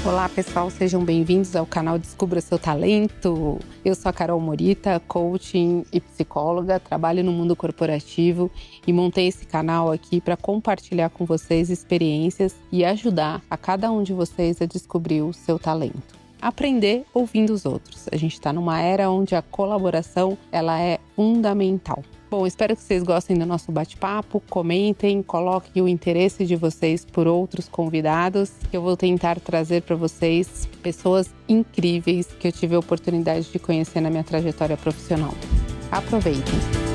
Olá pessoal, sejam bem-vindos ao canal Descubra Seu Talento. Eu sou a Carol Morita, coaching e psicóloga, trabalho no mundo corporativo e montei esse canal aqui para compartilhar com vocês experiências e ajudar a cada um de vocês a descobrir o seu talento. Aprender ouvindo os outros. A gente está numa era onde a colaboração ela é fundamental. Bom, espero que vocês gostem do nosso bate-papo, comentem, coloquem o interesse de vocês por outros convidados, que eu vou tentar trazer para vocês pessoas incríveis que eu tive a oportunidade de conhecer na minha trajetória profissional. Aproveitem!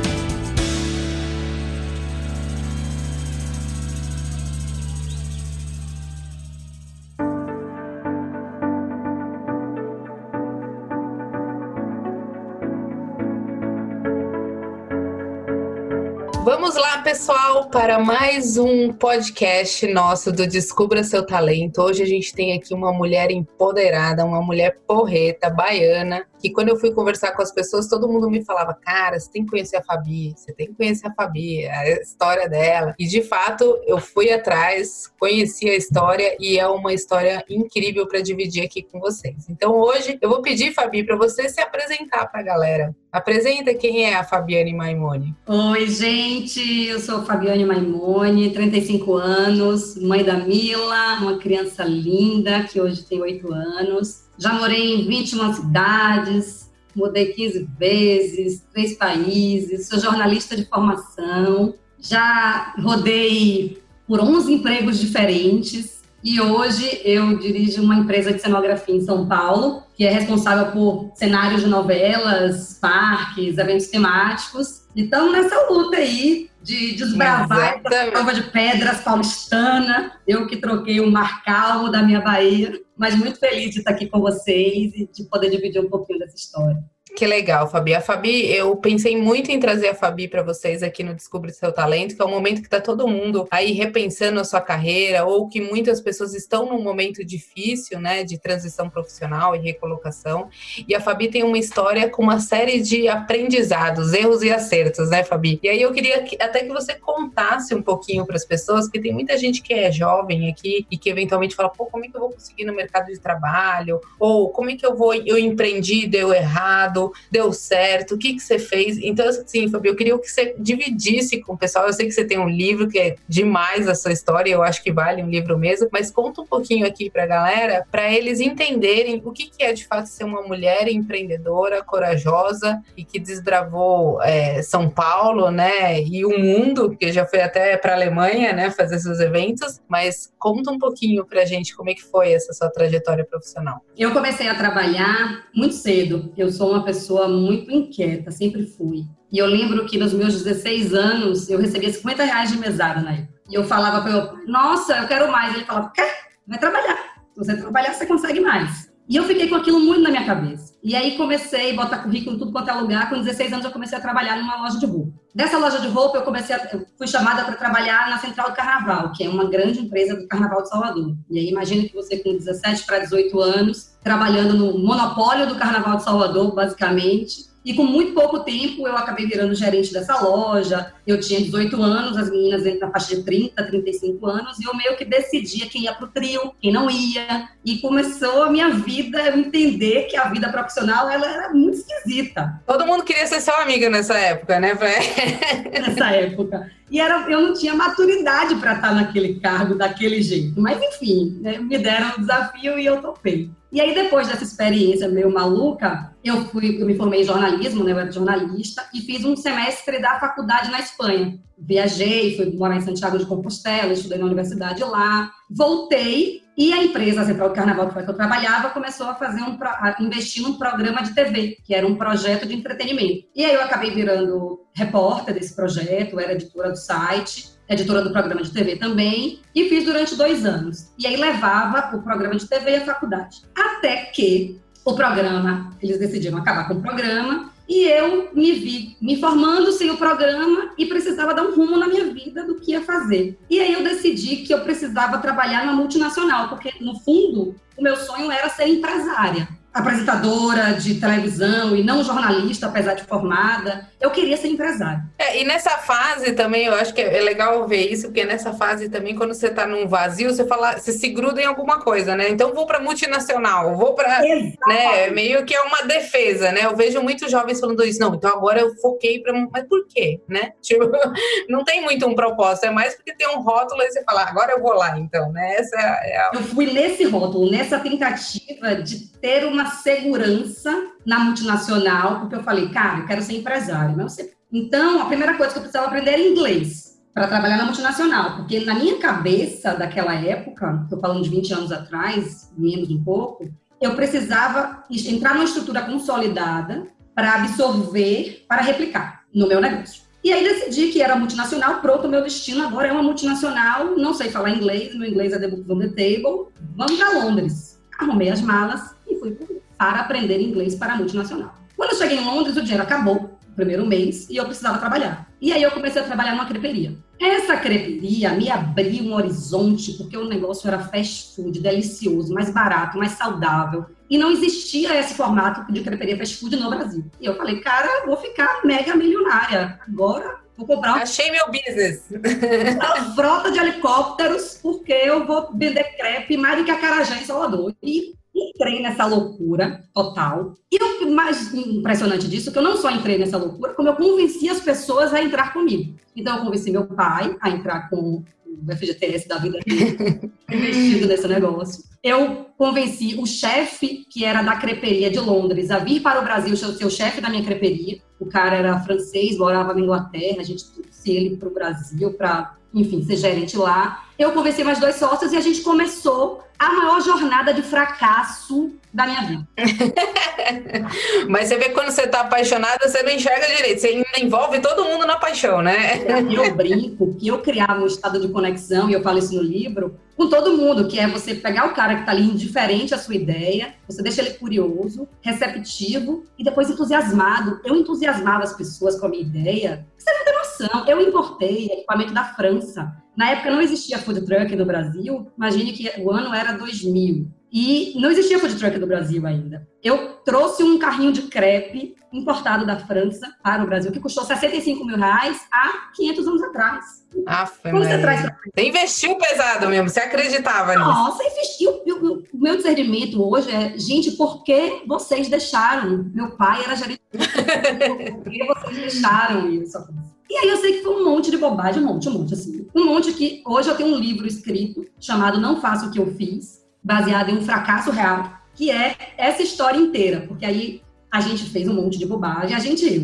Vamos lá, pessoal, para mais um podcast nosso do Descubra Seu Talento. Hoje a gente tem aqui uma mulher empoderada, uma mulher porreta, baiana, que quando eu fui conversar com as pessoas, todo mundo me falava, cara, você tem que conhecer a Fabi, você tem que conhecer a Fabi, a história dela. E de fato, eu fui atrás, conheci a história e é uma história incrível para dividir aqui com vocês. Então hoje eu vou pedir, Fabi, para você se apresentar para a galera. Apresenta quem é a Fabiane Maimone. Oi, gente, eu sou Fabiane Maimone, 35 anos, mãe da Mila, uma criança linda que hoje tem 8 anos. Já morei em 21 cidades, mudei 15 vezes, 3 países, sou jornalista de formação, já rodei por 11 empregos diferentes e hoje eu dirijo uma empresa de cenografia em São Paulo, que é responsável por cenários de novelas, parques, eventos temáticos. E estamos nessa luta aí de desbravar a prova de pedras paulistana. Eu que troquei o mar calmo da minha Bahia, mas muito feliz de estar aqui com vocês e de poder dividir um pouquinho dessa história. Que legal, Fabi. A Fabi, eu pensei muito em trazer a Fabi para vocês aqui no Descubra Seu Talento, que é um momento que está todo mundo aí repensando a sua carreira, ou que muitas pessoas estão num momento difícil, né, de transição profissional e recolocação. E a Fabi tem uma história com uma série de aprendizados, erros e acertos, né, Fabi? E aí eu queria até que você contasse um pouquinho para as pessoas, porque tem muita gente que é jovem aqui e que eventualmente fala, pô, como é que eu vou conseguir no mercado de trabalho? Ou como é que eu empreendi, deu errado? Deu certo, o que você fez? Então, assim, Fabi, eu queria que você dividisse com o pessoal. Eu sei que você tem um livro que é demais a sua história, eu acho que vale um livro mesmo, mas conta um pouquinho aqui pra galera, pra eles entenderem o que é de fato ser uma mulher empreendedora, corajosa e que desbravou São Paulo, né, e o mundo, porque já foi até pra Alemanha, né, fazer seus eventos, mas conta um pouquinho pra gente como é que foi essa sua trajetória profissional. Eu comecei a trabalhar muito cedo. Eu sou uma pessoa muito inquieta, sempre fui. E eu lembro que nos meus 16 anos, eu recebia R$50 de mesada na época. E eu falava para meu pai, nossa, eu quero mais. Ele falava, quer? Vai trabalhar. Se você trabalhar, você consegue mais. E eu fiquei com aquilo muito na minha cabeça. E aí comecei a botar currículo em tudo quanto é lugar. Com 16 anos eu comecei a trabalhar numa loja de roupa. Dessa loja de roupa eu fui chamada para trabalhar na Central do Carnaval, que é uma grande empresa do Carnaval de Salvador. E aí imagina que você com 17 para 18 anos, trabalhando no monopólio do Carnaval de Salvador, basicamente. E com muito pouco tempo eu acabei virando gerente dessa loja. Eu tinha 18 anos, as meninas entram na faixa de 30, 35 anos, e eu meio que decidia quem ia pro trio, quem não ia. E começou a minha vida, eu entender que a vida profissional ela era muito esquisita. Todo mundo queria ser sua amiga nessa época, né, Nessa época. E eu não tinha maturidade para estar naquele cargo, daquele jeito. Mas, enfim, né, me deram um desafio e eu topei. E aí, depois dessa experiência meio maluca, eu me formei em jornalismo, né, eu era jornalista, e fiz um semestre da faculdade na Espanha. Viajei, fui morar em Santiago de Compostela, estudei na universidade lá, voltei, e a empresa, a Central do Carnaval, que foi que eu trabalhava, começou a investir num programa de TV, que era um projeto de entretenimento. E aí eu acabei virando repórter desse projeto, era editora do site, editora do programa de TV também, e fiz durante 2 anos. E aí levava o programa de TV e a faculdade. Até que o programa, eles decidiram acabar com o programa, e eu me vi me formando sem o programa e precisava dar um rumo na minha vida do que ia fazer. E aí eu decidi que eu precisava trabalhar numa multinacional, porque no fundo o meu sonho era ser empresária. apresentadora de televisão e não jornalista, apesar de formada. Eu queria ser empresária. E nessa fase também, eu acho que é legal ver isso, porque nessa fase também, quando você tá num vazio, você se gruda em alguma coisa, né? Então, vou para multinacional, vou para... né? Meio que é uma defesa, né? Eu vejo muitos jovens falando isso. Não, então agora eu foquei para... Mas por quê, né? Tipo, não tem muito um propósito, é mais porque tem um rótulo e você fala, agora eu vou lá, então, né? Essa é a... Eu fui nesse rótulo, nessa tentativa de ter uma segurança na multinacional, porque eu falei, cara, eu quero ser empresária. Então, a primeira coisa que eu precisava aprender era inglês para trabalhar na multinacional, porque na minha cabeça daquela época, estou falando de 20 anos atrás, menos um pouco, eu precisava entrar numa estrutura consolidada para absorver, para replicar no meu negócio. E aí decidi que era multinacional, pronto, o meu destino agora é uma multinacional, não sei falar inglês, meu inglês é the book on the table, vamos para Londres. Arrumei as malas e fui para aprender inglês para a multinacional. Quando eu cheguei em Londres, o dinheiro acabou, no primeiro mês, e eu precisava trabalhar. E aí eu comecei a trabalhar numa creperia. Essa creperia me abriu um horizonte, porque o negócio era fast food, delicioso, mais barato, mais saudável. E não existia esse formato de creperia fast food no Brasil. E eu falei, cara, vou ficar mega milionária. Agora vou comprar Achei meu business. uma frota de helicópteros, porque eu vou vender crepe mais do que acarajé em Salvador. E entrei nessa loucura total. E o mais impressionante disso é que eu não só entrei nessa loucura, como eu convenci as pessoas a entrar comigo. Então, eu convenci meu pai a entrar com o FGTS da vida dele, investido nesse negócio. Eu convenci o chefe, que era da creperia de Londres, a vir para o Brasil ser o chefe da minha creperia. O cara era francês, morava na Inglaterra, a gente trouxe ele para o Brasil para, enfim, ser gerente lá. Eu convenci mais 2 sócios e a gente começou a maior jornada de fracasso da minha vida. Mas você vê que quando você tá apaixonada, você não enxerga direito, você ainda envolve todo mundo na paixão, né? Eu brinco que eu criava um estado de conexão, e eu falo isso no livro, com todo mundo, que é você pegar o cara que tá ali indiferente à sua ideia, você deixa ele curioso, receptivo e depois entusiasmado. Eu entusiasmava as pessoas com a minha ideia. Você não tem noção. Eu importei equipamento da França. Na época não existia food truck no Brasil. Imagine que o ano era 2000. E não existia food truck no Brasil ainda. Eu trouxe um carrinho de crepe importado da França para o Brasil, que custou R$65 mil há 500 anos atrás. Quando você traz pra... Você investiu pesado mesmo, você acreditava nisso. Nossa, investiu. O meu discernimento hoje é, gente, por que vocês deixaram? Meu pai era gerente. Por que vocês deixaram isso? E aí eu sei que foi um monte de bobagem, um monte, assim. Um monte que hoje eu tenho um livro escrito chamado Não Faça o que Eu Fiz, baseado em um fracasso real, que é essa história inteira, porque aí a gente fez um monte de bobagem,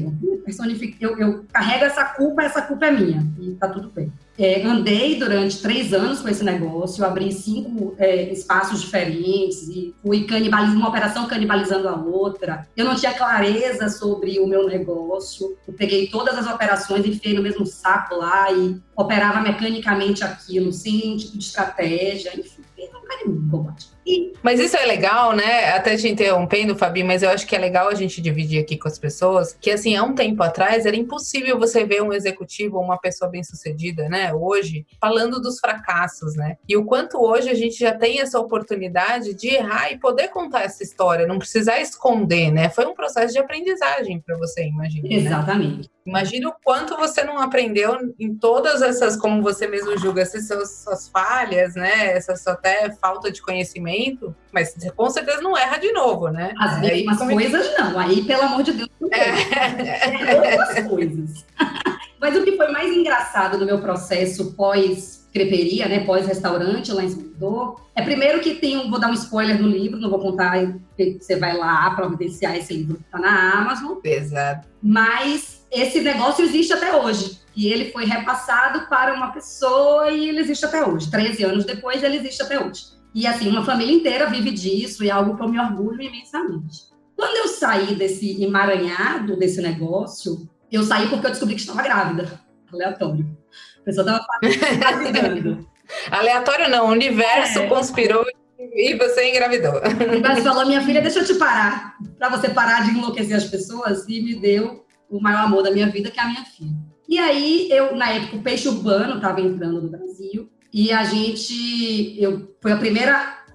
eu carrego essa culpa é minha, e tá tudo bem. Andei durante 3 anos com esse negócio, abri 5 espaços diferentes e fui uma operação canibalizando a outra. Eu não tinha clareza sobre o meu negócio, eu peguei todas as operações e enfiei no mesmo saco lá e operava mecanicamente aquilo, sem nenhum tipo de estratégia, enfim, um cara de bobagem. Mas isso é legal, né? Até te interrompendo, Fabi, mas eu acho que é legal a gente dividir aqui com as pessoas que, assim, há um tempo atrás era impossível você ver um executivo ou uma pessoa bem-sucedida, né? Hoje, falando dos fracassos, né? E o quanto hoje a gente já tem essa oportunidade de errar e poder contar essa história, não precisar esconder, né? Foi um processo de aprendizagem para você, imagina. Exatamente. Né? Imagina o quanto você não aprendeu em todas essas, como você mesmo julga, essas suas falhas, né? Essa sua até falta de conhecimento, mas você com certeza não erra de novo, né? As mesmas coisas não, aí pelo amor de Deus não outras coisas. Mas o que foi mais engraçado no meu processo pós-creperia, né, pós-restaurante lá em Salvador, é primeiro que vou dar um spoiler no livro, não vou contar, você vai lá providenciar esse livro que está na Amazon. Exato. Mas esse negócio existe até hoje. E ele foi repassado para uma pessoa e ele existe até hoje. 13 anos depois, ele existe até hoje. E assim, uma família inteira vive disso e é algo que eu me orgulho imensamente. Quando eu saí desse emaranhado, desse negócio, eu saí porque eu descobri que estava grávida. Aleatório. A pessoa estava engravidando. Aleatório não, o universo conspirou e você engravidou. O universo falou, minha filha, deixa eu te parar, para você parar de enlouquecer as pessoas, e me deu o maior amor da minha vida, que é a minha filha. E aí, na época, o peixe urbano estava entrando no Brasil, e foi a primeira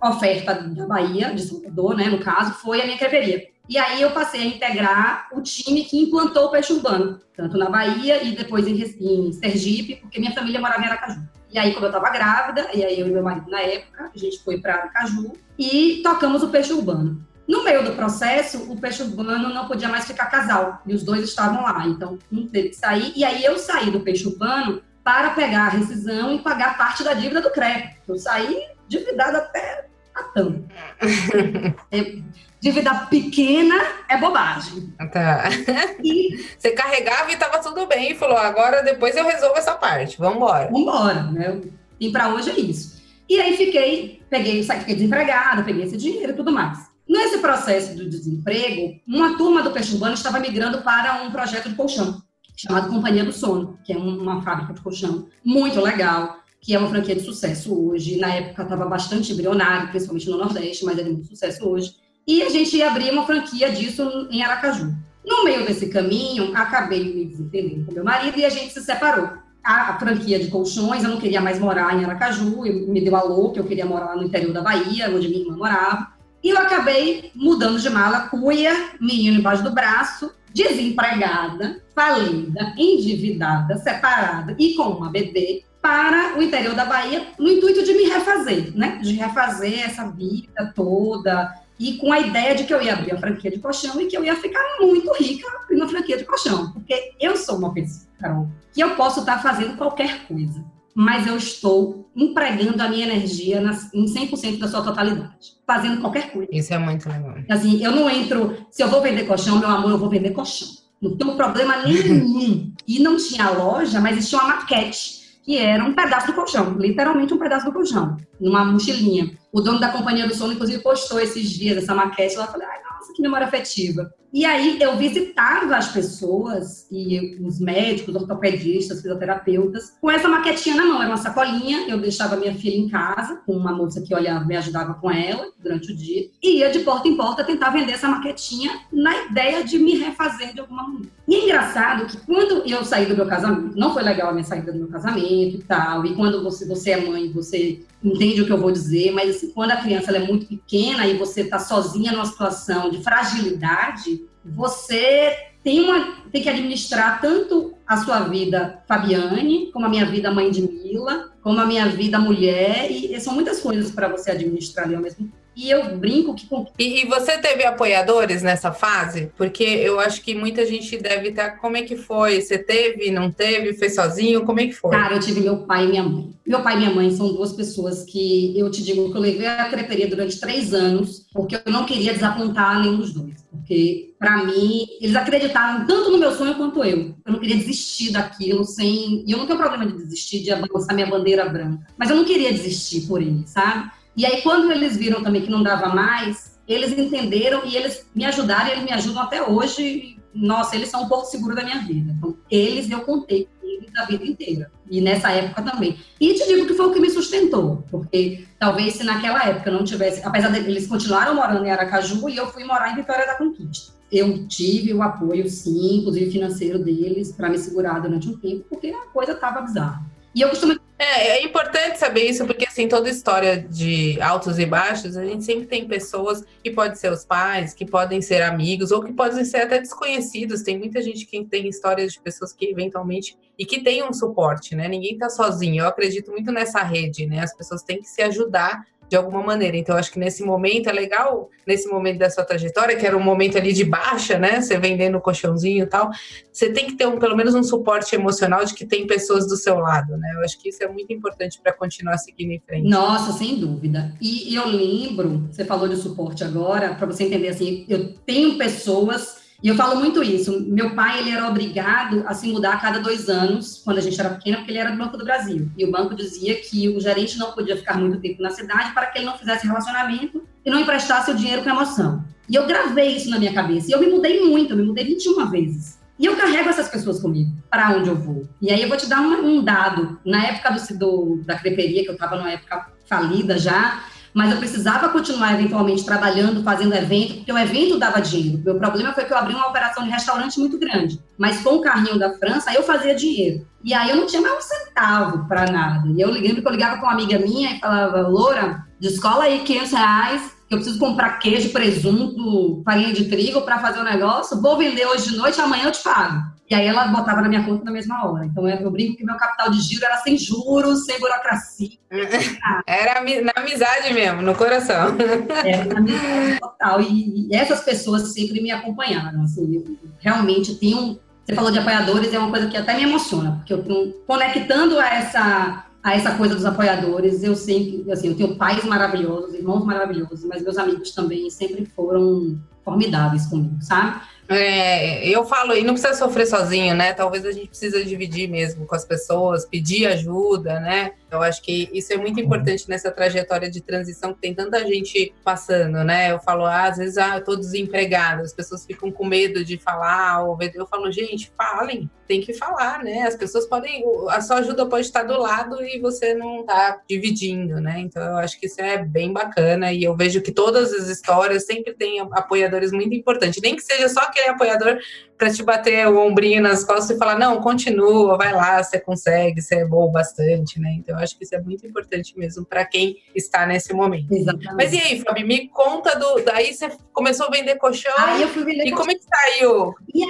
oferta da Bahia, de Salvador, né, no caso, foi a minha creperia. E aí eu passei a integrar o time que implantou o peixe urbano, tanto na Bahia e depois em Sergipe, porque minha família morava em Aracaju. E aí, como eu estava grávida, e aí eu e meu marido na época, a gente foi para Aracaju e tocamos o peixe urbano. No meio do processo, o peixe urbano não podia mais ficar casal, e os dois estavam lá, então um teve que sair. E aí eu saí do peixe urbano para pegar a rescisão e pagar parte da dívida do CREP. Eu saí endividada até a tampa. Dívida pequena é bobagem. Tá. E você carregava e estava tudo bem e falou, agora depois eu resolvo essa parte, vamos embora. Vamos embora, né? E para hoje é isso. E aí fiquei desempregada, peguei esse dinheiro e tudo mais. Nesse processo do desemprego, uma turma do peixe urbano estava migrando para um projeto de colchão, chamado Companhia do Sono, que é uma fábrica de colchão muito legal, que é uma franquia de sucesso hoje. Na época estava bastante embrionário, principalmente no Nordeste, mas é de muito sucesso hoje. E a gente ia abrir uma franquia disso em Aracaju. No meio desse caminho, acabei me desentendendo com meu marido e a gente se separou. A franquia de colchões, eu não queria mais morar em Aracaju, me deu a louca, eu queria morar no interior da Bahia, onde minha irmã morava. E eu acabei mudando de mala, cuia, menino embaixo do braço, desempregada, falida, endividada, separada e com uma bebê, para o interior da Bahia, no intuito de me refazer, né? De refazer essa vida toda, e com a ideia de que eu ia abrir a franquia de colchão e que eu ia ficar muito rica na franquia de colchão. Porque eu sou uma pessoa, Carol, que eu posso estar fazendo qualquer coisa, mas eu estou empregando a minha energia em 100% da sua totalidade, fazendo qualquer coisa. Isso é muito legal. Assim, eu não entro, se eu vou vender colchão, meu amor, eu vou vender colchão. Não tenho problema nenhum. E não tinha loja, mas existia uma maquete, que era um pedaço do colchão, literalmente um pedaço do colchão, numa mochilinha. O dono da Companhia do Sono, inclusive, postou esses dias essa maquete lá. Eu falei, ai, nossa, que memória afetiva. E aí eu visitava as pessoas, e os médicos, ortopedistas, fisioterapeutas, com essa maquetinha na mão. Era uma sacolinha, eu deixava minha filha em casa, com uma moça que olhava, me ajudava com ela durante o dia, e ia de porta em porta tentar vender essa maquetinha na ideia de me refazer de alguma maneira. E é engraçado que quando eu saí do meu casamento, não foi legal a minha saída do meu casamento e tal, e quando você é mãe, você entende o que eu vou dizer, mas assim, quando a criança ela é muito pequena e você está sozinha numa situação de fragilidade, você tem que administrar tanto a sua vida Fabiane, como a minha vida mãe de Mila, como a minha vida mulher, e são muitas coisas para você administrar ali ao mesmo tempo. E eu brinco que... E você teve apoiadores nessa fase? Porque eu acho que muita gente deve estar... Como é que foi? Você teve, não teve? Fez sozinho? Como é que foi? Cara, eu tive meu pai e minha mãe. Meu pai e minha mãe são duas pessoas que eu te digo que eu levei a creperia durante 3 anos, porque eu não queria desapontar nenhum dos dois. Porque, para mim, eles acreditaram tanto no meu sonho quanto eu. Eu não queria desistir daquilo sem... E eu não tenho problema de desistir, de avançar minha bandeira branca. Mas eu não queria desistir por eles, sabe? E aí, quando eles viram também que não dava mais, eles entenderam e eles me ajudaram, e eles me ajudam até hoje. Nossa, eles são um porto seguro da minha vida. Então, eu contei com eles a vida inteira. E nessa época também. E te digo que foi o que me sustentou. Porque talvez se naquela época não tivesse... Apesar de eles continuaram morando em Aracaju e eu fui morar em Vitória da Conquista. Eu tive o apoio, sim, inclusive financeiro deles, para me segurar durante um tempo, porque a coisa estava bizarra. E eu costumo... É importante saber isso, porque assim, toda história de altos e baixos, a gente sempre tem pessoas que podem ser os pais, que podem ser amigos, ou que podem ser até desconhecidos. Tem muita gente que tem histórias de pessoas que eventualmente, e que tem um suporte, né? Ninguém tá sozinho. Eu acredito muito nessa rede, né? As pessoas têm que se ajudar de alguma maneira. Então, acho que nesse momento, é legal, nesse momento da sua trajetória, que era um momento ali de baixa, né? Você vendendo o colchãozinho e tal, você tem que ter pelo menos um suporte emocional de que tem pessoas do seu lado, né? Eu acho que isso é muito importante para continuar seguindo em frente. Nossa, sem dúvida. E eu lembro, você falou de suporte agora, para você entender assim, eu tenho pessoas... E eu falo muito isso. Meu pai, ele era obrigado a se mudar a cada 2 anos, quando a gente era pequena, porque ele era do Banco do Brasil. E o banco dizia que o gerente não podia ficar muito tempo na cidade para que ele não fizesse relacionamento e não emprestasse o dinheiro com emoção. E eu gravei isso na minha cabeça. E eu me mudei muito, eu me mudei 21 vezes. E eu carrego essas pessoas comigo, para onde eu vou. E aí eu vou te dar um dado. Na época da creperia, que eu estava numa época falida já, mas eu precisava continuar eventualmente trabalhando, fazendo evento, porque o evento dava dinheiro. Meu problema foi que eu abri uma operação de restaurante muito grande, mas com o carrinho da França, eu fazia dinheiro. E aí eu não tinha mais um centavo para nada. E eu lembro que eu ligava com uma amiga minha e falava, Loura, descola aí R$500, que eu preciso comprar queijo, presunto, farinha de trigo para fazer o negócio, vou vender hoje de noite, amanhã eu te pago. E aí ela botava na minha conta na mesma hora. Então eu brinco que meu capital de giro era sem juros, sem burocracia. Era na amizade mesmo, no coração. Era na amizade total. E essas pessoas sempre me acompanharam. Assim, realmente tem Você falou de apoiadores, é uma coisa que até me emociona, porque eu tenho, conectando a essa coisa dos apoiadores, eu sempre, assim, eu tenho pais maravilhosos, irmãos maravilhosos, mas meus amigos também sempre foram formidáveis comigo, sabe? Eu falo, e não precisa sofrer sozinho, né? Talvez a gente precisa dividir mesmo com as pessoas, pedir ajuda, né? Eu acho que isso é muito importante nessa trajetória de transição que tem tanta gente passando, né? Eu falo, às vezes, eu tô desempregada, as pessoas ficam com medo de falar, eu falo, gente, falem, tem que falar, né? As pessoas podem, a sua ajuda pode estar do lado e você não tá dividindo, né? Então, eu acho que isso é bem bacana e eu vejo que todas as histórias sempre têm apoiadores muito importantes, nem que seja só aquele apoiador para te bater o ombrinho nas costas e falar, não, continua, vai lá, você consegue, você é bom bastante, né? Então, eu acho que isso é muito importante mesmo para quem está nesse momento. Exatamente. Mas e aí, Fabi, me conta daí você começou a vender colchão. Aí eu fui vender colchão. Como é que saiu? E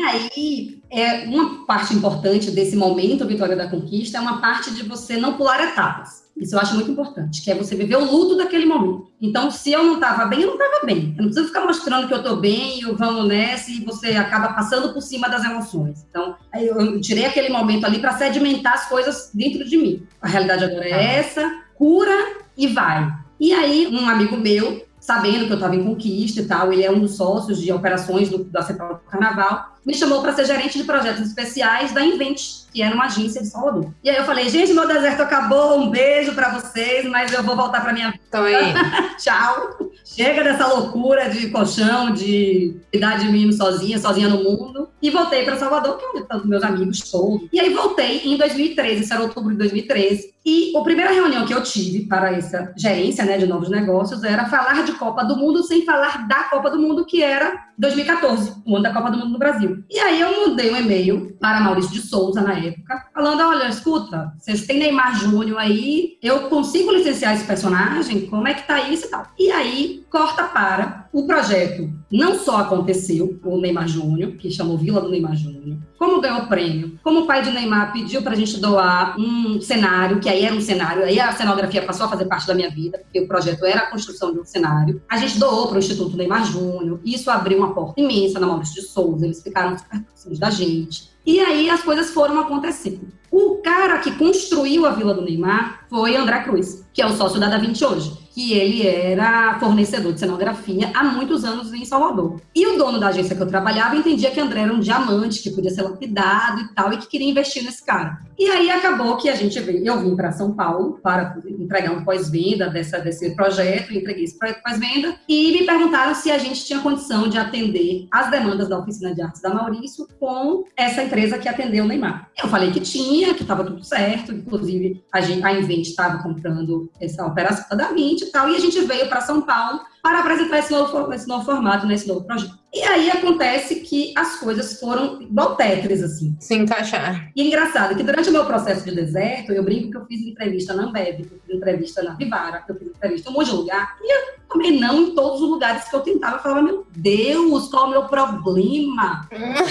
aí, uma parte importante desse momento, Vitória da Conquista, é uma parte de você não pular etapas. Isso eu acho muito importante, que é você viver o luto daquele momento. Então, se eu não estava bem, eu não estava bem. Eu não preciso ficar mostrando que eu estou bem, eu vamos nessa, e você acaba passando por cima das emoções. Então, aí eu tirei aquele momento ali para sedimentar as coisas dentro de mim. A realidade agora é essa, cura e vai. E aí, um amigo meu, sabendo que eu estava em Conquista e tal, ele é um dos sócios de operações da Central do Carnaval, me chamou para ser gerente de projetos especiais da Invent, que era uma agência de Salvador. E aí eu falei, gente, meu deserto acabou, um beijo para vocês, mas eu vou voltar para minha vida. Então aí. Tchau. Chega dessa loucura de colchão, de cuidar de mim sozinha no mundo. E voltei para Salvador, que é onde estão meus amigos todos. E aí voltei em 2013, isso era outubro de 2013. E a primeira reunião que eu tive para essa gerência, né, de novos negócios era falar de Copa do Mundo sem falar da Copa do Mundo, que era 2014, o ano da Copa do Mundo no Brasil. E aí eu mandei um e-mail para Maurício de Souza, na época, falando, olha, escuta, vocês têm Neymar Júnior aí, eu consigo licenciar esse personagem? Como é que tá isso e tal? E aí, corta para o projeto. Não só aconteceu o Neymar Júnior, que chamou Vila do Neymar Júnior, como ganhou prêmio, como o pai de Neymar pediu pra gente doar um cenário, que aí era um cenário, aí a cenografia passou a fazer parte da minha vida, porque o projeto era a construção de um cenário. A gente doou para o Instituto Neymar Júnior, e isso abriu uma porta imensa na Maurício de Souza, eles ficaram super próximos da gente. E aí as coisas foram acontecendo. O cara que construiu a Vila do Neymar foi André Cruz, que é o sócio da Da Vinci hoje, que ele era fornecedor de cenografia há muitos anos em Salvador. E o dono da agência que eu trabalhava entendia que André era um diamante, que podia ser lapidado e tal, e que queria investir nesse cara. E aí acabou que eu vim para São Paulo para entregar um pós-venda desse projeto, entreguei esse projeto pós-venda, e me perguntaram se a gente tinha condição de atender as demandas da Oficina de Artes da Maurício com essa empresa que atendeu o Neymar. Eu falei que tinha, que estava tudo certo, inclusive a Invent estava comprando essa operação da Da Vinci e tal, e a gente veio para São Paulo para apresentar esse novo formato, esse novo projeto. E aí acontece que as coisas foram igual Tetris, assim. Se encaixar. E é engraçado que durante o meu processo de deserto, eu brinco que eu fiz entrevista na Ambev, eu fiz entrevista na Vivara, eu fiz entrevista em um monte de lugar, e eu também não em todos os lugares que eu tentava. Eu falava, meu Deus, qual é o meu problema?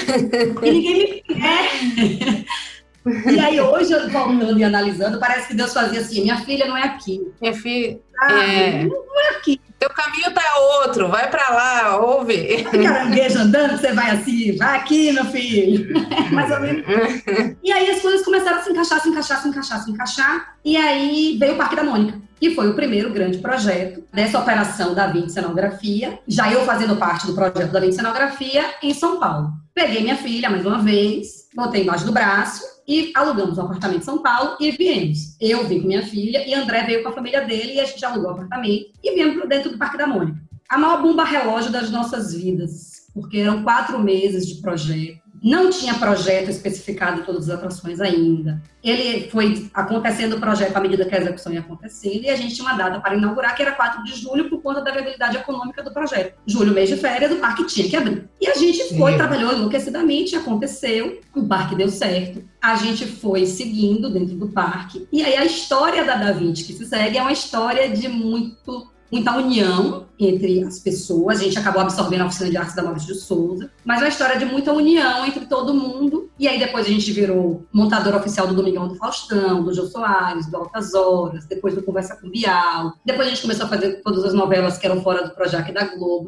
E ninguém me quer. E aí hoje, voltando e analisando, parece que Deus fazia assim, minha filha não é aqui. Minha filha, não é aqui. Teu caminho tá outro, vai pra lá, ouve. Caranguejo andando, você vai assim, vai aqui, meu filho. Mais ou menos. E aí as coisas começaram a se encaixar. E aí veio o Parque da Mônica, que foi o primeiro grande projeto dessa operação da Vinci Cenografia, já eu fazendo parte do projeto da Vinci Cenografia em São Paulo. Peguei minha filha mais uma vez, botei embaixo do braço e alugamos um apartamento em São Paulo e viemos. Eu vim com minha filha e André veio com a família dele e a gente alugou o apartamento e viemos dentro do Parque da Mônica. A maior bomba relógio das nossas vidas, porque eram 4 meses de projeto. Não tinha projeto especificado em todas as atrações ainda. Ele foi acontecendo o projeto à medida que a execução ia acontecendo e a gente tinha uma data para inaugurar, que era 4 de julho, por conta da viabilidade econômica do projeto. Julho, mês de férias, o parque tinha que abrir. E a gente trabalhou enlouquecidamente, aconteceu, o parque deu certo. A gente foi seguindo dentro do parque. E aí a história da Da Vinci que se segue é uma história de muito muita união entre as pessoas. A gente acabou absorvendo a oficina de artes da Maurício de Souza, mas é uma história de muita união entre todo mundo. E aí depois a gente virou montadora oficial do Domingão do Faustão, do Jô Soares, do Altas Horas, depois do Conversa com Bial. Depois a gente começou a fazer todas as novelas que eram fora do Projac da Globo,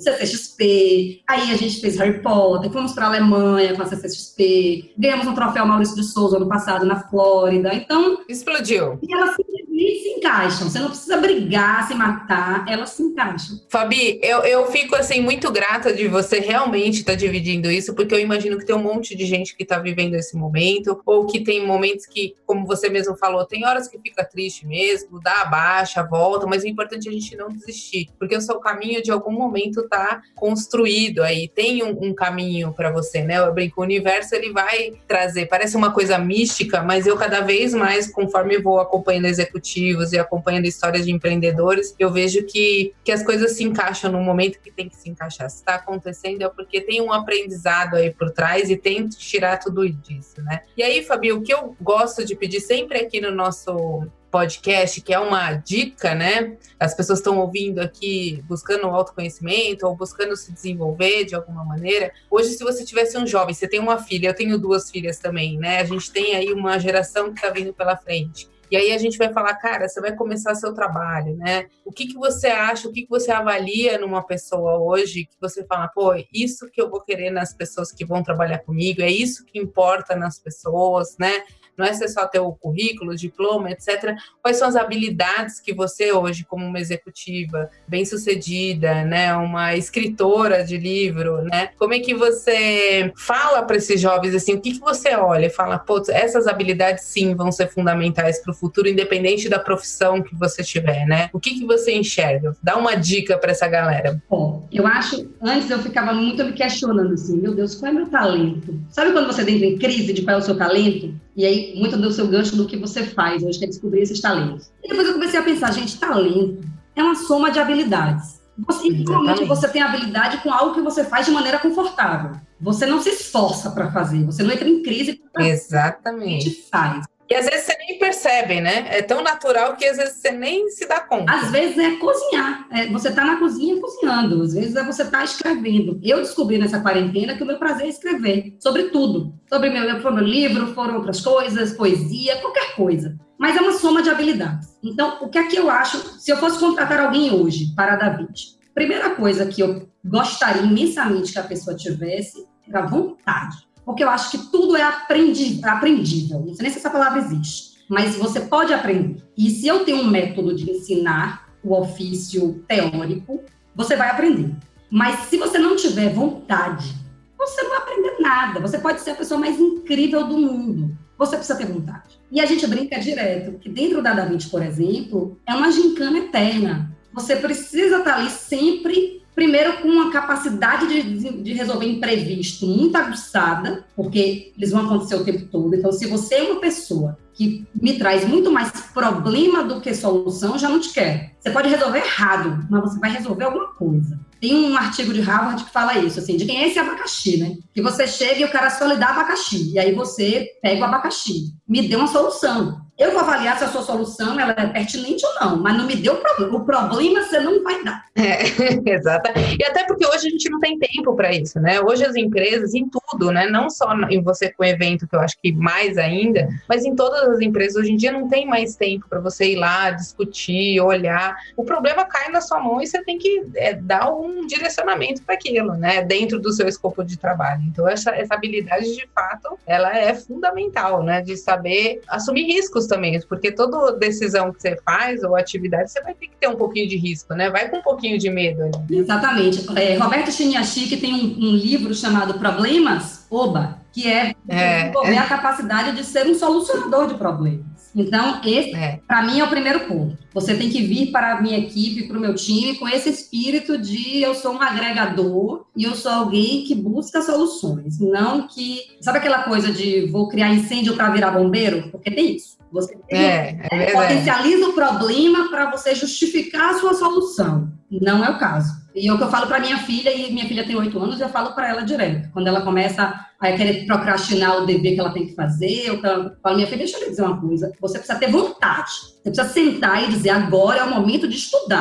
CCXP. Aí a gente fez Harry Potter, fomos para a Alemanha com a CCXP, ganhamos um troféu Maurício de Souza ano passado na Flórida. Então, explodiu. E elas se encaixam. Você não precisa brigar, se matar, elas se encaixam. Fabi, eu fico assim muito grata de você realmente estar dividindo isso, porque eu imagino que tem um monte de gente que está vivendo esse momento, ou que tem momentos que, como você mesmo falou, tem horas que fica triste mesmo, dá a baixa, volta, mas o importante é a gente não desistir, porque o seu caminho de algum momento está construído aí, tem um caminho para você, né? Eu brinco, o universo ele vai trazer, parece uma coisa mística, mas eu cada vez mais, conforme vou acompanhando executivos e acompanhando histórias de empreendedores, eu vejo que as coisas se encaixam no momento que tem que se encaixar. Se está acontecendo é porque tem um aprendizado aí por trás e tem que tirar tudo disso, né? E aí, Fabi, o que eu gosto de pedir sempre aqui no nosso podcast, que é uma dica, né? As pessoas estão ouvindo aqui buscando autoconhecimento ou buscando se desenvolver de alguma maneira. Hoje, se você tivesse um jovem, você tem uma filha, eu tenho 2 filhas também, né? A gente tem aí uma geração que está vindo pela frente. E aí a gente vai falar, cara, você vai começar seu trabalho, né? O que você acha, o que você avalia numa pessoa hoje que você fala, pô, isso que eu vou querer nas pessoas que vão trabalhar comigo, é isso que importa nas pessoas, né? Não é só ter o currículo, diploma, etc. Quais são as habilidades que você hoje, como uma executiva bem-sucedida, né, uma escritora de livro, né, como é que você fala para esses jovens assim, o que você olha e fala, pô, essas habilidades sim vão ser fundamentais para o futuro, independente da profissão que você tiver, né? O que você enxerga? Dá uma dica para essa galera. Bom, eu acho, antes eu ficava muito me questionando assim, meu Deus, qual é meu talento? Sabe quando você entra em crise de qual é o seu talento? E aí, muito do seu gancho do que você faz, hoje quer descobrir esses talentos. E depois eu comecei a pensar, gente, talento é uma soma de habilidades. Normalmente você tem habilidade com algo que você faz de maneira confortável. Você não se esforça para fazer, você não entra em crise. Exatamente. Faz. E às vezes você nem percebe, né? É tão natural que às vezes você nem se dá conta. Às vezes é cozinhar. Você tá na cozinha cozinhando. Às vezes é você tá escrevendo. Eu descobri nessa quarentena que o meu prazer é escrever. Sobre tudo. Sobre meu livro, foram outras coisas, poesia, qualquer coisa. Mas é uma soma de habilidades. Então, o que é que eu acho? Se eu fosse contratar alguém hoje para a David, primeira coisa que eu gostaria imensamente que a pessoa tivesse era vontade. Porque eu acho que tudo é aprendível. Não sei nem se essa palavra existe. Mas você pode aprender. E se eu tenho um método de ensinar o ofício teórico, você vai aprender. Mas se você não tiver vontade, você não vai aprender nada. Você pode ser a pessoa mais incrível do mundo. Você precisa ter vontade. E a gente brinca direto, que dentro da Da Vinci, por exemplo, é uma gincana eterna. Você precisa estar ali sempre... Primeiro, com uma capacidade de resolver imprevisto muito aguçada, porque eles vão acontecer o tempo todo. Então, se você é uma pessoa que me traz muito mais problema do que solução, já não te quero. Você pode resolver errado, mas você vai resolver alguma coisa. Tem um artigo de Harvard que fala isso, assim, de quem é esse abacaxi, né? Que você chega e o cara só lhe dá abacaxi, e aí você pega o abacaxi. Me dê uma solução. Eu vou avaliar se a sua solução ela é pertinente ou não, mas não me deu problema. O problema você não vai dar. Exato. E até porque hoje a gente não tem tempo para isso, né? Hoje as empresas, em tudo, né? Não só em você com o evento, que eu acho que mais ainda, mas em todas as empresas, hoje em dia não tem mais tempo para você ir lá, discutir, olhar. O problema cai na sua mão e você tem que dar um direcionamento para aquilo, né? Dentro do seu escopo de trabalho. Então, essa habilidade, de fato, ela é fundamental, né? De saber assumir riscos também, porque toda decisão que você faz ou atividade, você vai ter que ter um pouquinho de risco, né? Vai com um pouquinho de medo ali. Exatamente. Roberto Chiniachik tem um livro chamado Problemas, Oba, que é desenvolver a capacidade de ser um solucionador de problemas. Então, esse, para mim, é o primeiro ponto. Você tem que vir para a minha equipe, para o meu time, com esse espírito de eu sou um agregador e eu sou alguém que busca soluções. Não que... Sabe aquela coisa de vou criar incêndio para virar bombeiro? Porque tem isso. Você potencializa o problema para você justificar a sua solução. Não é o caso. E é o que eu falo para minha filha, e minha filha tem 8 anos, eu falo para ela direto. Quando ela começa a querer procrastinar o dever que ela tem que fazer, eu falo, minha filha, deixa eu lhe dizer uma coisa, você precisa ter vontade. Você precisa sentar e dizer, agora é o momento de estudar.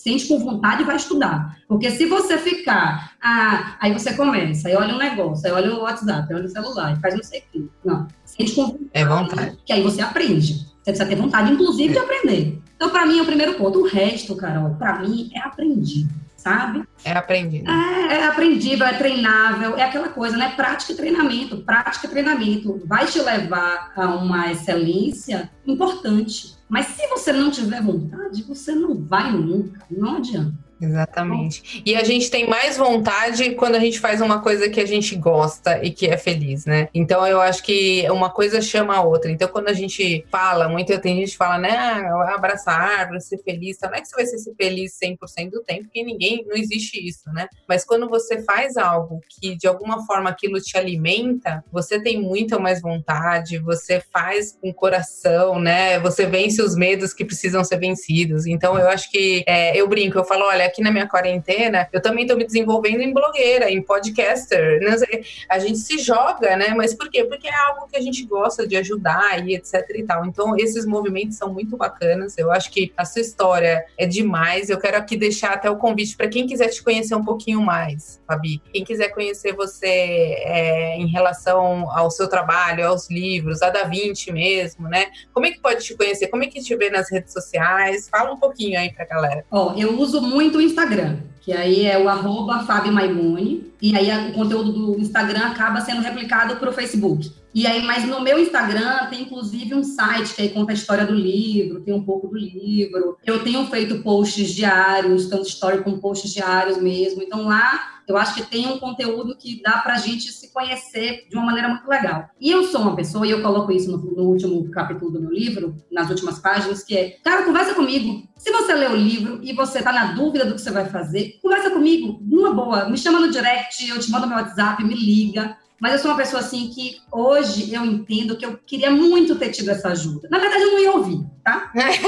Sente com vontade e vai estudar. Porque se você ficar, aí você começa, aí olha um negócio, aí olha o WhatsApp, aí olha o celular, e faz não sei o quê. Não, sente com vontade. Que aí você aprende. Você precisa ter vontade, inclusive, de aprender. Então, para mim, é o primeiro ponto. O resto, Carol, para mim, é aprendido, sabe? É aprendido. É aprendível, é treinável, é aquela coisa, né? Prática e treinamento. Prática e treinamento vai te levar a uma excelência importante. Mas se você não tiver vontade, você não vai nunca. Não adianta. Exatamente. E a gente tem mais vontade quando a gente faz uma coisa que a gente gosta e que é feliz, né? Então eu acho que uma coisa chama a outra. Então quando a gente fala, tem gente que fala, né, abraçar a árvore, ser feliz, não é que você vai ser feliz 100% do tempo, porque não existe isso, né? Mas quando você faz algo que de alguma forma aquilo te alimenta, você tem muita mais vontade, você faz com coração, né? Você vence os medos que precisam ser vencidos. Então eu acho que eu brinco, eu falo, olha, aqui na minha quarentena, eu também estou me desenvolvendo em blogueira, em podcaster, não sei, a gente se joga, né? Mas por quê? Porque é algo que a gente gosta de ajudar e etc e tal. Então, esses movimentos são muito bacanas. Eu acho que a sua história é demais. Eu quero aqui deixar até o convite para quem quiser te conhecer um pouquinho mais, Fabi. Quem quiser conhecer você em relação ao seu trabalho, aos livros, a Da Vinci mesmo, né? Como é que pode te conhecer? Como é que te vê nas redes sociais? Fala um pouquinho aí pra galera. Eu uso muito o Instagram, que aí é o @FabiMaimone, e aí o conteúdo do Instagram acaba sendo replicado para o Facebook. E aí, mas no meu Instagram tem inclusive um site que aí conta a história do livro, tem um pouco do livro. Eu tenho feito posts diários, tanto story como posts diários mesmo. Então lá eu acho que tem um conteúdo que dá pra gente se conhecer de uma maneira muito legal. E eu sou uma pessoa, e eu coloco isso no último capítulo do meu livro, nas últimas páginas, que é, cara, conversa comigo. Se você lê o livro e você tá na dúvida do que você vai fazer, conversa comigo, numa boa. Me chama no direct, eu te mando meu WhatsApp, me liga. Mas eu sou uma pessoa assim que hoje eu entendo que eu queria muito ter tido essa ajuda. Na verdade, eu não ia ouvir, tá?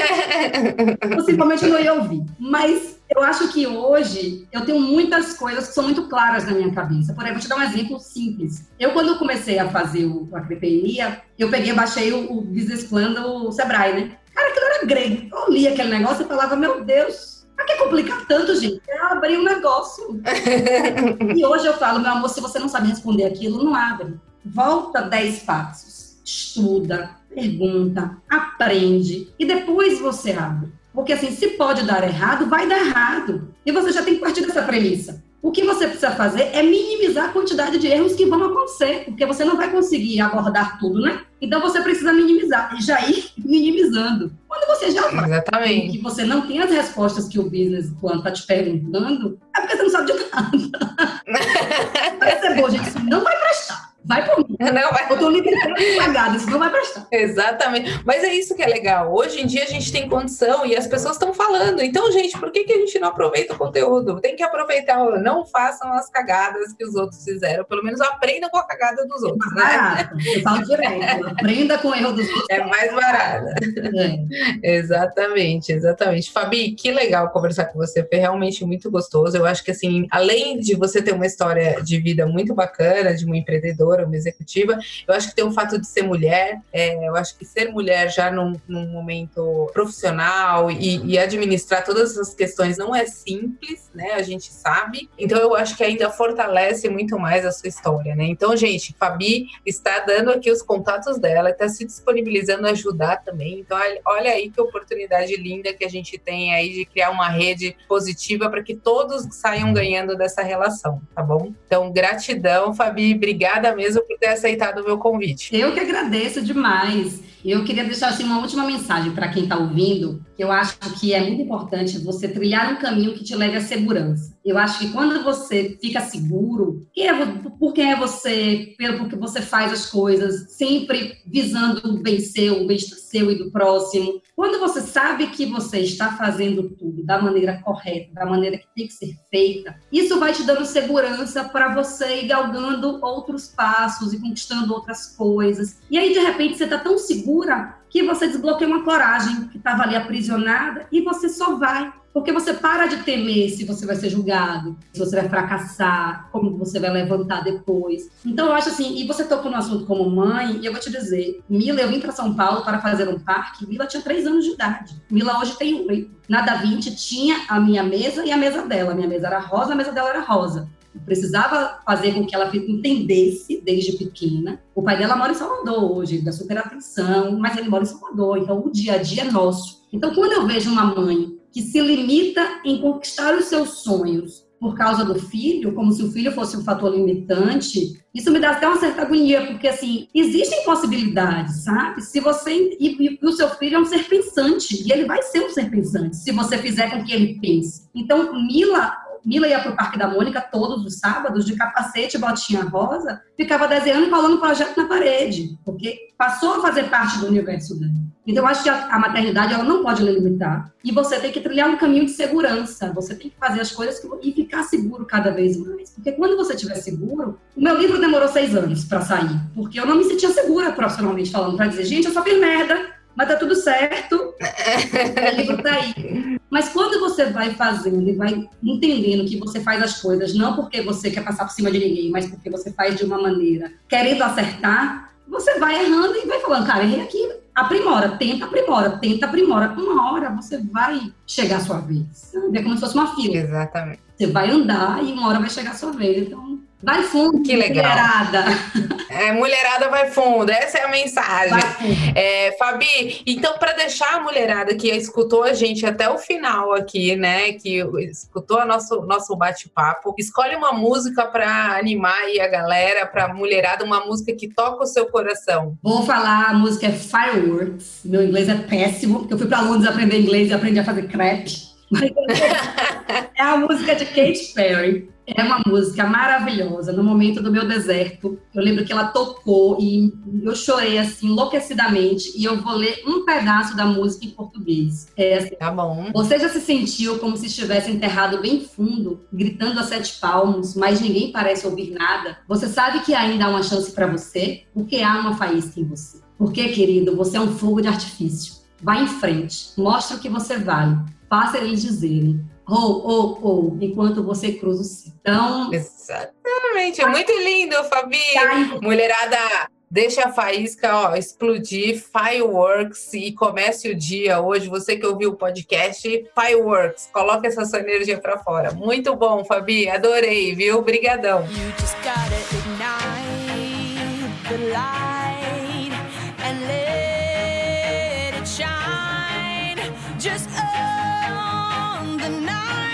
Possivelmente eu não ia ouvir. Mas eu acho que hoje eu tenho muitas coisas que são muito claras na minha cabeça. Por exemplo, vou te dar um exemplo simples. Eu, quando eu comecei a fazer a CRPNIA, eu baixei o business plan do Sebrae, né? Cara, aquilo era grego. Eu li aquele negócio e falava, meu Deus, pra que complicar tanto, gente? Eu abri um negócio. E hoje eu falo, meu amor, se você não sabe responder aquilo, não abre. Volta 10 passos. Estuda, pergunta, aprende. E depois você abre. Porque assim, se pode dar errado, vai dar errado. E você já tem que partir dessa premissa. O que você precisa fazer é minimizar a quantidade de erros que vão acontecer, porque você não vai conseguir abordar tudo, né? Então você precisa minimizar e já ir minimizando. Quando você já vai que você não tem as respostas que o business plan está te perguntando, é porque você não sabe de nada. Parece ser bom, gente, isso não vai prestar. Vai por mim. Não vai. Eu tô liberando pagada, isso não vai prestar. Exatamente. Mas é isso que é legal. Hoje em dia a gente tem condição e as pessoas estão falando. Então, gente, por que a gente não aproveita o conteúdo? Tem que aproveitar. Não façam as cagadas que os outros fizeram. Pelo menos aprendam com a cagada dos outros, né? Eu falo direto. Aprenda com o erro dos outros. É mais barato. Exatamente. Fabi, que legal conversar com você. Foi realmente muito gostoso. Eu acho que, assim, além de você ter uma história de vida muito bacana, de uma empreendedora, uma executiva, eu acho que tem o fato de ser mulher, eu acho que ser mulher já num momento profissional e administrar todas essas questões não é simples, né, a gente sabe, então eu acho que ainda fortalece muito mais a sua história, né, então, gente, Fabi está dando aqui os contatos dela, está se disponibilizando a ajudar também, então olha aí que oportunidade linda que a gente tem aí de criar uma rede positiva para que todos saiam ganhando dessa relação, tá bom? Então, gratidão, Fabi, obrigada mesmo por ter aceitado o meu convite. Eu que agradeço demais. Eu queria deixar assim, uma última mensagem para quem está ouvindo, que eu acho que é muito importante você trilhar um caminho que te leve à segurança. Eu acho que quando você fica seguro, por quem é você, porque você faz as coisas, sempre visando o bem seu, o bem-estar seu e do próximo. Quando você sabe que você está fazendo tudo da maneira correta, da maneira que tem que ser feita, isso vai te dando segurança para você ir galgando outros passos e conquistando outras coisas. E aí, de repente, você está tão seguro segura que você desbloqueia uma coragem que estava ali aprisionada e você só vai. Porque você para de temer se você vai ser julgado, se você vai fracassar, como você vai levantar depois. Então, eu acho assim, e você tocou no assunto como mãe, e eu vou te dizer, Mila, eu vim para São Paulo para fazer um parque, Mila tinha 3 anos de idade. Mila hoje tem 8. Na Da Vinci tinha a minha mesa e a mesa dela. A minha mesa era rosa, a mesa dela era rosa. Eu precisava fazer com que ela entendesse desde pequena. O pai dela mora em Salvador hoje, ele dá super atenção, mas ele mora em Salvador, então o dia a dia é nosso. Então, quando eu vejo uma mãe que se limita em conquistar os seus sonhos por causa do filho, como se o filho fosse um fator limitante, isso me dá até uma certa agonia, porque, assim, existem possibilidades, sabe? Se você... E o seu filho é um ser pensante, e ele vai ser um ser pensante, se você fizer com que ele pense. Então, Mila ia para o Parque da Mônica todos os sábados, de capacete e botinha rosa, ficava desenhando e colando projeto na parede, porque passou a fazer parte do universo dela. Então, eu acho que a maternidade ela não pode limitar. E você tem que trilhar um caminho de segurança. Você tem que fazer as coisas e ficar seguro cada vez mais. Porque quando você estiver seguro... O meu livro demorou 6 anos para sair, porque eu não me sentia segura profissionalmente falando, para dizer, gente, eu só fiz merda, mas tá tudo certo, o livro tá aí. Mas quando você vai fazendo e vai entendendo que você faz as coisas não porque você quer passar por cima de ninguém, mas porque você faz de uma maneira querendo acertar, você vai errando e vai falando, cara, errei aqui, aprimora, tenta, aprimora, tenta, aprimora. Uma hora você vai chegar a sua vez, sabe? É como se fosse uma fila. Exatamente. Você vai andar e uma hora vai chegar a sua vez, então... Vai fundo, que legal. Mulherada. Mulherada vai fundo, essa é a mensagem. Fabi, então, para deixar a mulherada que escutou a gente até o final aqui, né, que escutou nosso bate-papo, escolhe uma música para animar aí a galera, para a mulherada, uma música que toca o seu coração. Vou falar, a música é Fireworks. Meu inglês é péssimo, porque eu fui para Londres aprender inglês e aprendi a fazer crepe. É a música de Katy Perry. É uma música maravilhosa. No momento do meu deserto, eu lembro que ela tocou e eu chorei assim enlouquecidamente. E eu vou ler um pedaço da música em português. Assim, tá bom. Você já se sentiu como se estivesse enterrado bem fundo, gritando a 7 palmos, mas ninguém parece ouvir nada? Você sabe que ainda há uma chance para você, porque há uma faísca em você. Porque, querido, você é um fogo de artifício. Vá em frente, mostre o que você vale. Faça eles dizerem enquanto você cruza o céu. Então... Exatamente, é muito lindo, Fabi. Mulherada, deixa a faísca explodir, fireworks, e comece o dia hoje. Você que ouviu o podcast, fireworks, coloca essa sua energia pra fora. Muito bom, Fabi, adorei, viu? Obrigadão. You just gotta ignite the light and let it shine just on the night.